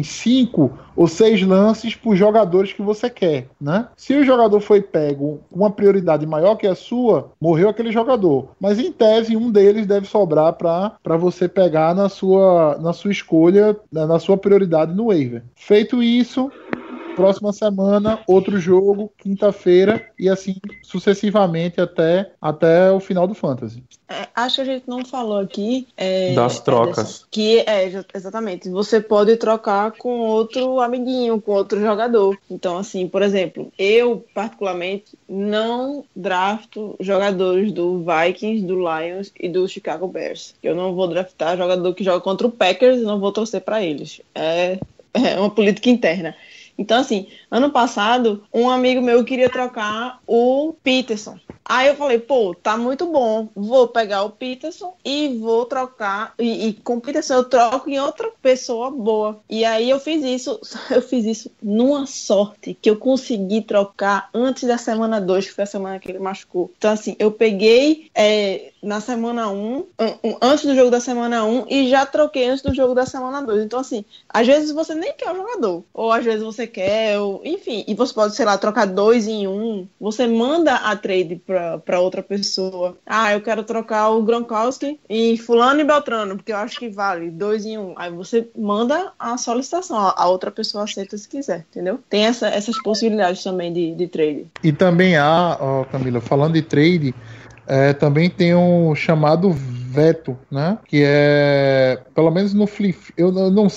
5 ou 6 lances por jogadores que você quer, né? Se o jogador foi pego com uma prioridade maior que a sua, morreu aquele jogador. Mas em tese, um deles deve sobrar para você pegar na sua escolha, na sua prioridade no waiver. Feito isso, próxima semana, outro jogo, quinta-feira, e assim sucessivamente até o final do Fantasy. Acho que a gente não falou aqui das trocas. Que exatamente, você pode trocar com outro amiguinho, com outro jogador. Então, assim, por exemplo, eu particularmente não drafto jogadores do Vikings, do Lions e do Chicago Bears. Eu não vou draftar jogador que joga contra o Packers e não vou torcer para eles. É uma política interna. Então, assim, ano passado, um amigo meu queria trocar o Peterson. Aí eu falei, tá muito bom, vou pegar o Peterson e vou trocar, e com o Peterson eu troco em outra pessoa boa. E aí eu fiz isso numa sorte, que eu consegui trocar antes da semana 2, que foi a semana que ele machucou. Então, assim, eu peguei na semana 1, antes do jogo da semana 1, e já troquei antes do jogo da semana 2. Então, assim, às vezes você nem quer o jogador, ou às vezes você quer, enfim, e você pode, sei lá, trocar 2 em 1, você manda a trade para outra pessoa. Eu quero trocar o Gronkowski em fulano e Beltrano, porque eu acho que vale 2 em 1. Aí você manda a solicitação, a outra pessoa aceita se quiser, entendeu? Tem essas possibilidades também de trade. E também Camila, falando de trade, também tem um chamado veto, né? Que é, pelo menos no Flea, eu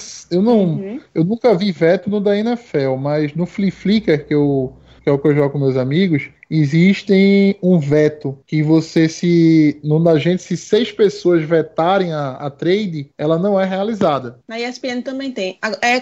nunca vi veto no da NFL, mas no Flea Flicker, que é o que eu jogo com meus amigos, existe um veto que você, se 6 pessoas vetarem a trade, ela não é realizada. Na ESPN também tem.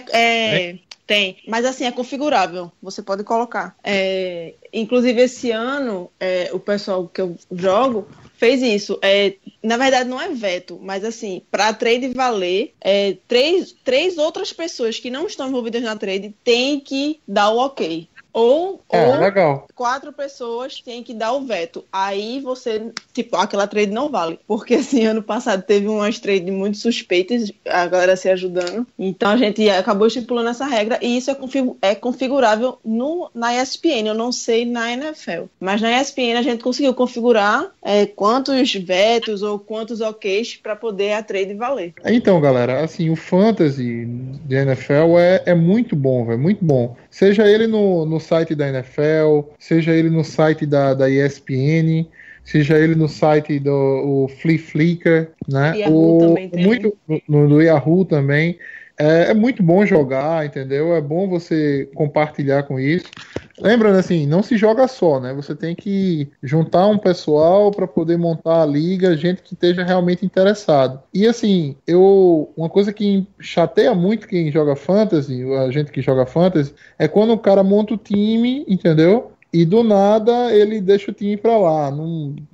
Tem, mas assim, é configurável, você pode colocar. Inclusive esse ano, o pessoal que eu jogo fez isso. Na verdade não é veto, mas assim, para a trade valer, três outras pessoas que não estão envolvidas na trade têm que dar o ok. Ou legal. 4 pessoas têm que dar o veto. Aí você, aquela trade não vale. Porque assim, ano passado teve umas trades muito suspeitas, a galera se ajudando. Então a gente acabou estipulando essa regra e isso é configurável na ESPN. Eu não sei na NFL. Mas na ESPN a gente conseguiu configurar quantos vetos ou quantos OKs para poder a trade valer. Então, galera, assim, o Fantasy de NFL é muito bom, velho, muito bom. Seja ele no site da NFL, seja ele no site da ESPN, seja ele no site do Flea Flicker, né? Yahoo também tem. No Yahoo também. É muito bom jogar, entendeu? É bom você compartilhar com isso. Lembrando, assim, não se joga só, né? Você tem que juntar um pessoal para poder montar a liga, gente que esteja realmente interessado. E, assim, uma coisa que chateia muito quem joga Fantasy, a gente que joga Fantasy, é quando o cara monta o time, entendeu? E do nada ele deixa o time pra lá.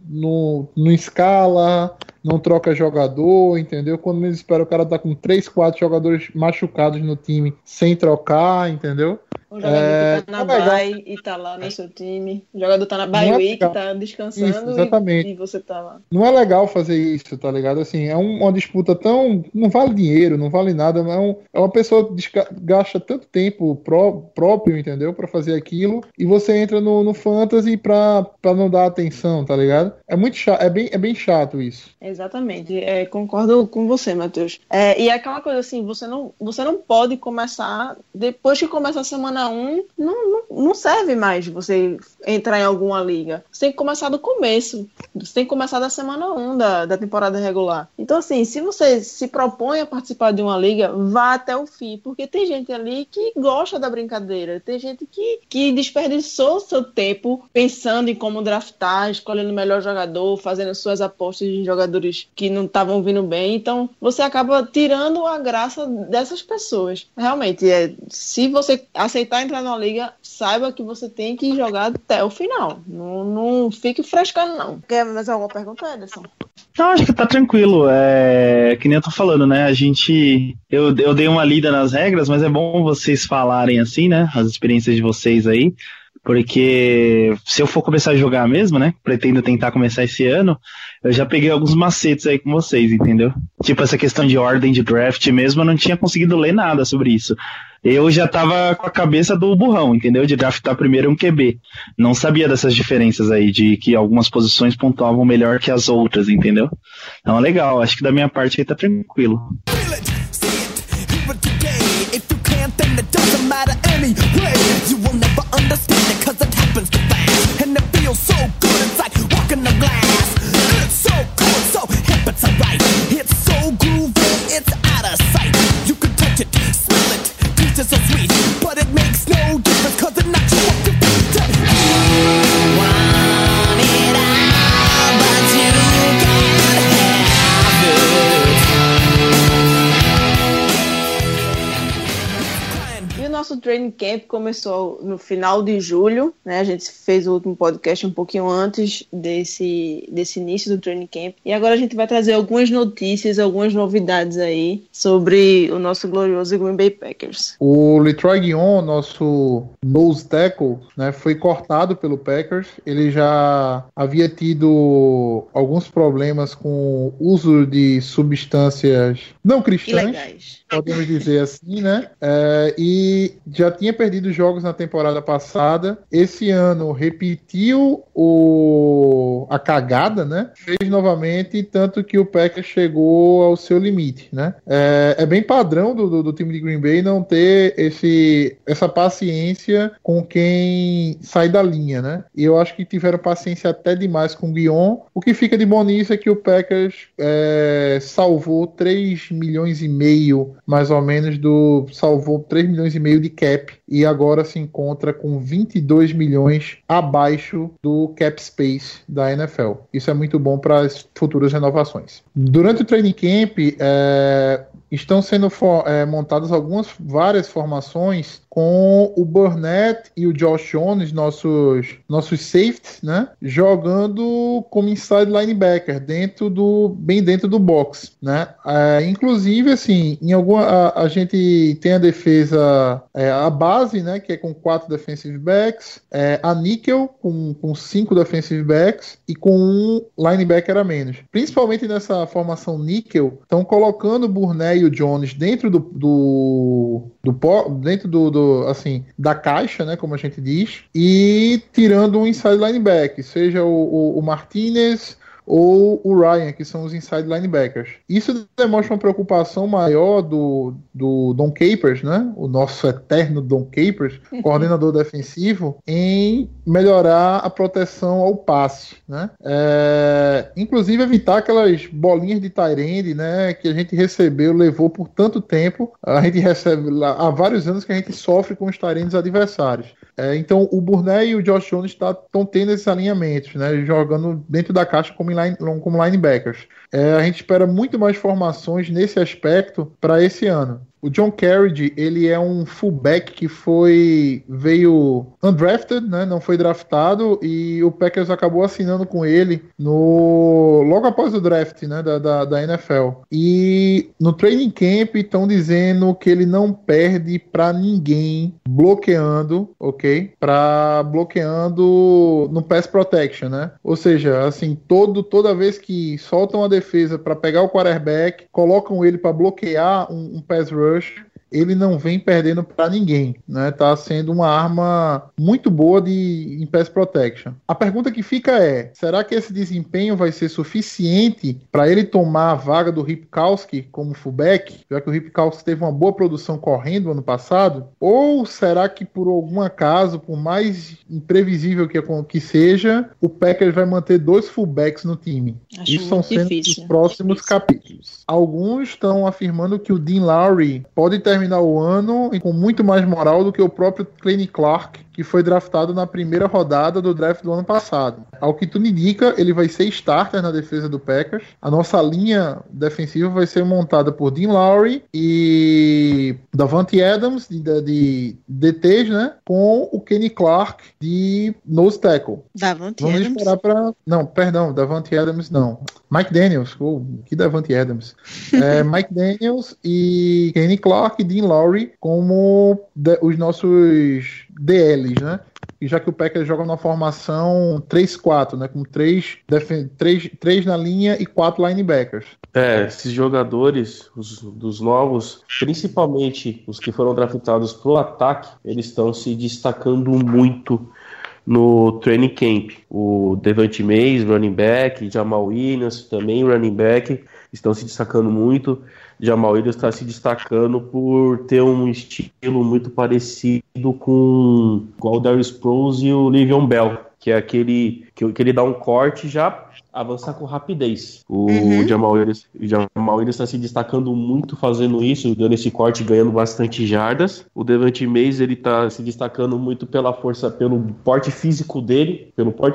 não escala, não troca jogador, entendeu? Quando menos espera, o cara tá com 3, 4 jogadores machucados no time sem trocar, entendeu? O jogador que tá na bye e tá lá no seu time. O jogador tá na bye week, tá descansando isso, exatamente. E você tá lá. Não é legal fazer isso, tá ligado? Assim, é uma disputa tão... Não vale dinheiro, não vale nada. É uma pessoa que gasta tanto tempo próprio, entendeu? Pra fazer aquilo. E você entra no Fantasy pra não dar atenção, tá ligado? É muito chato, é bem chato isso. Exatamente. Concordo com você, Matheus. E é aquela coisa assim, você não pode começar... Depois que começa a semana 1, não serve mais você entrar em alguma liga. Você tem que começar do começo. Você tem que começar da semana 1 da temporada regular. Então, assim, se você se propõe a participar de uma liga, vá até o fim. Porque tem gente ali que gosta da brincadeira. Tem gente que desperdiçou seu tempo pensando em como draftar, escolhendo o melhor jogador, fazendo suas apostas de jogadores que não estavam vindo bem. Então, você acaba tirando a graça dessas pessoas. Realmente, se você aceitar entrar numa liga, saiba que você tem que jogar até o final. Não fique frescando, não. Quer mais alguma pergunta, Ederson? Não, acho que tá tranquilo. Que nem eu tô falando, né? Eu dei uma lida nas regras, mas é bom vocês falarem assim, né? As experiências de vocês aí. Porque se eu for começar a jogar mesmo, né? Pretendo tentar começar esse ano. Eu já peguei alguns macetes aí com vocês, entendeu? Tipo essa questão de ordem de draft mesmo, eu não tinha conseguido ler nada sobre isso. Eu já tava com a cabeça do burrão, entendeu? De draftar primeiro um QB. Não sabia dessas diferenças aí, de que algumas posições pontuavam melhor que as outras, entendeu? Então, legal. Acho que da minha parte aí tá tranquilo. So sweet, but it makes no difference 'cause it's not you want to be done. You want it all, but you can't have it. E o nosso training camp começou no final de julho, né? A gente fez o último podcast um pouquinho antes desse início do training camp. E agora a gente vai trazer algumas notícias, algumas novidades aí sobre o nosso glorioso Green Bay Packers. O Leroy Guion, nosso nose tackle, né, foi cortado pelo Packers. Ele já havia tido alguns problemas com o uso de substâncias não cristãs. Ilegais. Podemos dizer assim, né? E já tinha perdido jogos na temporada passada. Esse ano repetiu a cagada, né? Fez novamente, tanto que o Packers chegou ao seu limite, né? É bem padrão do time de Green Bay não ter essa paciência com quem sai da linha, né? E eu acho que tiveram paciência até demais com o Guion. O que fica de bom nisso é que o Packers salvou 3 milhões e meio, mais ou menos, salvou 3 milhões e meio de cap e agora se encontra com 22 milhões abaixo do cap space da NFL. Isso é muito bom para as futuras renovações. Durante o training camp, estão sendo montadas várias formações com o Burnett e o Josh Jones, nossos safeties, né, jogando como inside linebacker, bem dentro do box, né? Inclusive, assim, a gente tem a defesa, a base, né, que é com 4 defensive backs, a nickel com 5 defensive backs e com 1 linebacker a menos. Principalmente nessa formação nickel, estão colocando o Burnett e o Jones dentro da caixa, né, como a gente diz, e tirando um inside linebacker, seja o Martinez ou o Ryan, que são os inside linebackers. Isso demonstra uma preocupação maior do Dom Capers, né? O nosso eterno Dom Capers, coordenador defensivo, em melhorar a proteção ao passe, né? Inclusive evitar aquelas bolinhas de tight end, né, que a gente levou por tanto tempo. A gente recebe há vários anos que a gente sofre com os tight ends adversários. Então o Burnett e o Josh Jones estão tendo esses alinhamentos, né, jogando dentro da caixa como linebackers. A gente espera muito mais formações nesse aspecto para esse ano. O John Carriage, ele é um fullback que veio undrafted, né? Não foi draftado, e o Packers acabou assinando com ele logo após o draft, né? Da NFL. E no training camp estão dizendo que ele não perde para ninguém bloqueando, ok? Bloqueando no pass protection, né? Ou seja, assim, toda vez que soltam a defesa para pegar o quarterback, colocam ele para bloquear um pass rush, ele não vem perdendo para ninguém, né? Tá sendo uma arma muito boa em pass protection. A pergunta que fica é, será que esse desempenho vai ser suficiente para ele tomar a vaga do Ripkowski como fullback, já que o Ripkowski teve uma boa produção correndo ano passado? Ou será que por algum acaso, por mais imprevisível que seja, o Packers vai manter 2 fullbacks no time? Acho Isso são sendo difícil. os próximos capítulos. Alguns estão afirmando que o Dean Lowry pode terminar o ano com muito mais moral do que o próprio Kenny Clark, que foi draftado na primeira rodada do draft do ano passado. Ao que tudo indica, ele vai ser starter na defesa do Packers. A nossa linha defensiva vai ser montada por Dean Lowry e Davante Adams, de DTs, né? Com o Kenny Clark de nose tackle. Davante Vamos Adams? esperar para... Não, perdão, Davante Adams não. Mike Daniels. Que Davante Adams? Mike Daniels e Kenny Clark e Dean Lowry como os nossos DLs, né? E já que o Packers joga numa formação 3-4, né? Com 3 na linha e 4 linebackers. Esses jogadores, dos novos, principalmente os que foram draftados pro ataque, eles estão se destacando muito no training camp. O Devante Mays, running back, Jamal Williams, também running back, estão se destacando muito. Jamal Williams está se destacando por ter um estilo muito parecido com o Darius Sproles e o Le'Veon Bell, que é aquele que ele dá um corte e já avança com rapidez. O Jamal Williams está se destacando muito fazendo isso, dando esse corte, ganhando bastante jardas. O Devante Mays, ele está se destacando muito pela força, pelo porte físico dele,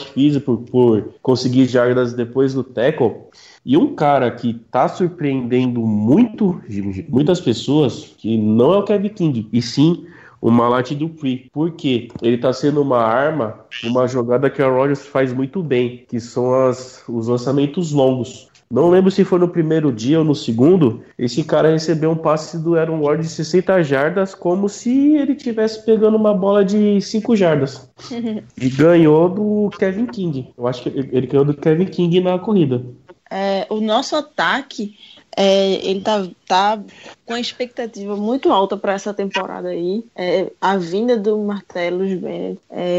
por conseguir jardas depois do tackle. E um cara que está surpreendendo muitas pessoas, que não é o Kevin King, e sim o Malati Dupree. Por quê? Ele está sendo uma arma, uma jogada que a Rodgers faz muito bem, que são os lançamentos longos. Não lembro se foi no primeiro dia ou no segundo, esse cara recebeu um passe do Aaron Ward de 60 jardas, como se ele estivesse pegando uma bola de 5 jardas. E ganhou do Kevin King. Eu acho que ele ganhou do Kevin King na corrida. O nosso ataque, ele tá com a expectativa muito alta para essa temporada aí. A vinda do Martellus Bennett,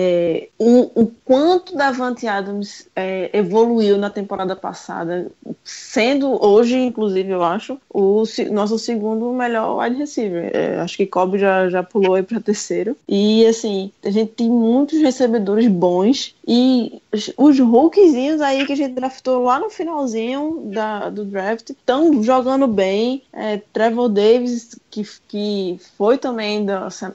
o quanto Davante Adams evoluiu na temporada passada, sendo hoje, inclusive, eu acho, o nosso segundo melhor wide receiver. Acho que Cobb já pulou aí para terceiro. E assim, a gente tem muitos recebedores bons e os rookiezinhos aí que a gente draftou lá no finalzinho do draft estão jogando bem. Trevor Davis, que foi também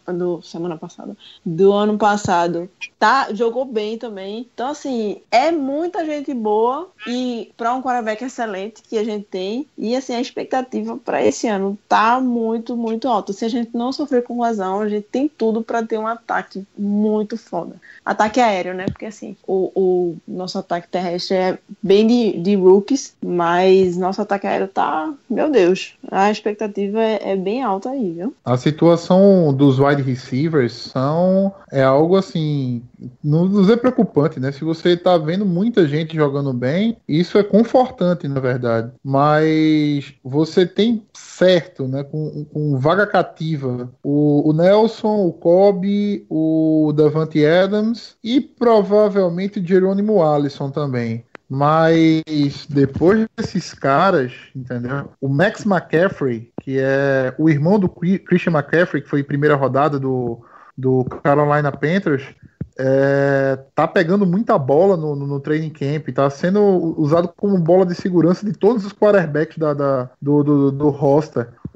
do ano passado, jogou bem também. Então, assim, é muita gente boa e para um quarterback excelente que a gente tem. E, assim, a expectativa para esse ano tá muito, muito alta. Se a gente não sofrer com lesão, a gente tem tudo para ter um ataque muito foda. Ataque aéreo, né? Porque, assim, o nosso ataque terrestre é bem de rookies, mas nosso ataque aéreo tá, meu Deus, a expectativa é bem alta aí, viu? A situação dos wide receivers é algo assim, nos é preocupante, né? Se você tá vendo muita gente jogando bem, isso é confortante, na verdade. Mas você tem certo, né? Com vaga cativa, o Nelson, o Cobb, o Davante Adams e provavelmente o Jerônimo Allison também. Mas depois desses caras, entendeu? O Max McCaffrey, que é o irmão do Christian McCaffrey, que foi primeira rodada do Carolina Panthers, tá pegando muita bola no training camp, tá sendo usado como bola de segurança de todos os quarterbacks do roster.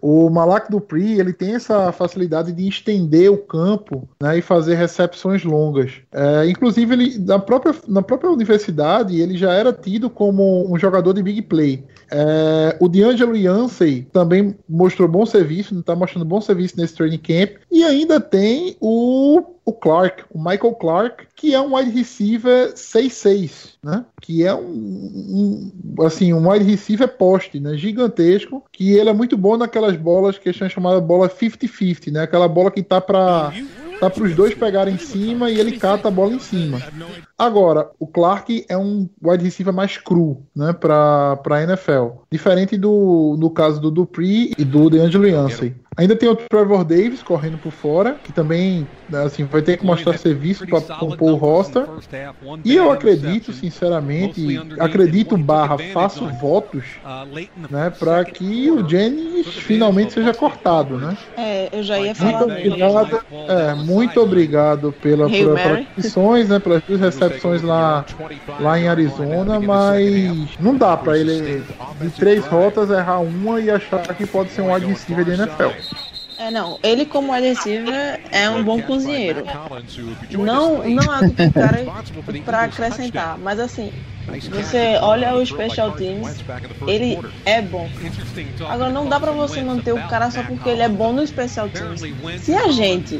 O Malak Dupri, ele tem essa facilidade de estender o campo, né, e fazer recepções longas. Inclusive, ele, na própria universidade, ele já era tido como um jogador de big play. O D'Angelo Yancey também mostrou bom serviço, está mostrando bom serviço nesse training camp. E ainda tem o Clark, o Michael Clark, que é um wide receiver 6'6", né? Que é um wide receiver poste, né? Gigantesco, que ele é muito bom naquelas bolas que são chamadas bola 50-50, né? Aquela bola que tá para os dois pegarem em cima e ele cata a bola em cima. Agora, o Clark é um wide receiver mais cru, né, para a NFL. Diferente no caso do Dupri e do D'Angelo Yancey. Ainda tem o Trevor Davis correndo por fora, que também assim, vai ter que mostrar serviço para compor o roster. E eu acredito, sinceramente, faço votos, né, para que o Jennings finalmente seja cortado, né? Eu já ia falar muito obrigado pelas recepções, né, pelas 2 recepções lá em Arizona, mas não dá para ele de 3 rotas errar uma e achar que pode ser um wide receiver da NFL. Não, ele como wide receiver é um bom cozinheiro. Não há do que o cara para acrescentar, mas assim, você olha o Special Teams, ele é bom. Agora não dá pra você manter o cara só porque ele é bom no Special Teams. Se a gente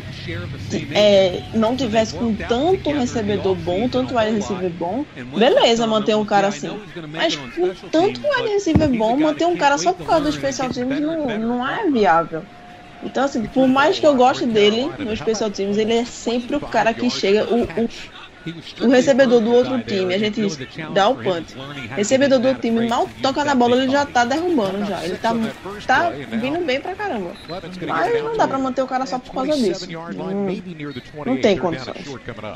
não tivesse com tanto recebedor bom, tanto wide receiver bom, beleza, manter um cara assim. Mas com tanto wide receiver bom, manter um cara só por causa do Special Teams não é viável. Então, assim, por mais que eu goste dele no Special Teams, ele é sempre o cara que chega, o recebedor do outro time, a gente dá o punt. Recebedor do time mal toca na bola, ele já tá derrubando já. Ele tá vindo bem pra caramba. Mas não dá pra manter o cara só por causa disso. Não tem condições.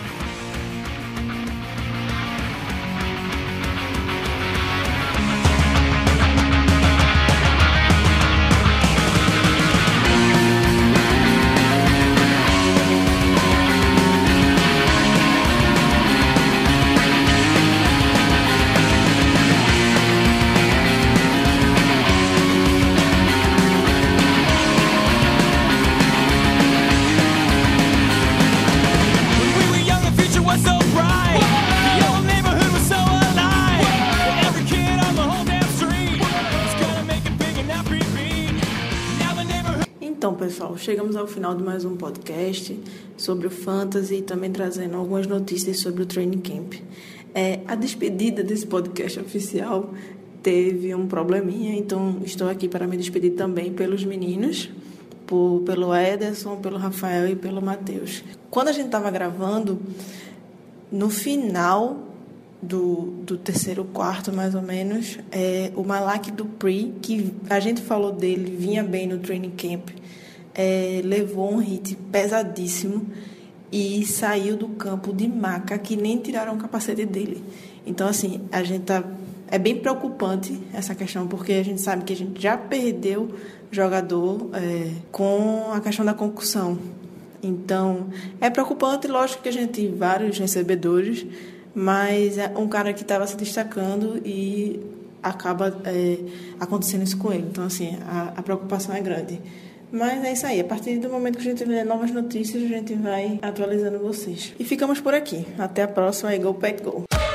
Então, pessoal, chegamos ao final de mais um podcast sobre o Fantasy e também trazendo algumas notícias sobre o Training Camp. A despedida desse podcast oficial teve um probleminha, então estou aqui para me despedir também pelos meninos, pelo Ederson, pelo Rafael e pelo Matheus. Quando a gente estava gravando, no final do terceiro quarto, mais ou menos, o Malak Dupri, que a gente falou dele, vinha bem no Training Camp, levou um hit pesadíssimo e saiu do campo de maca, que nem tiraram o capacete dele. Então, assim, a gente é bem preocupante essa questão, porque a gente sabe que a gente já perdeu jogador com a questão da concussão. Então, é preocupante, lógico que a gente tem vários recebedores, mas é um cara que estava se destacando e acaba acontecendo isso com ele. Então, assim, a preocupação é grande. Mas é isso aí. A partir do momento que a gente vê novas notícias, a gente vai atualizando vocês. E ficamos por aqui. Até a próxima. Go Pack Go!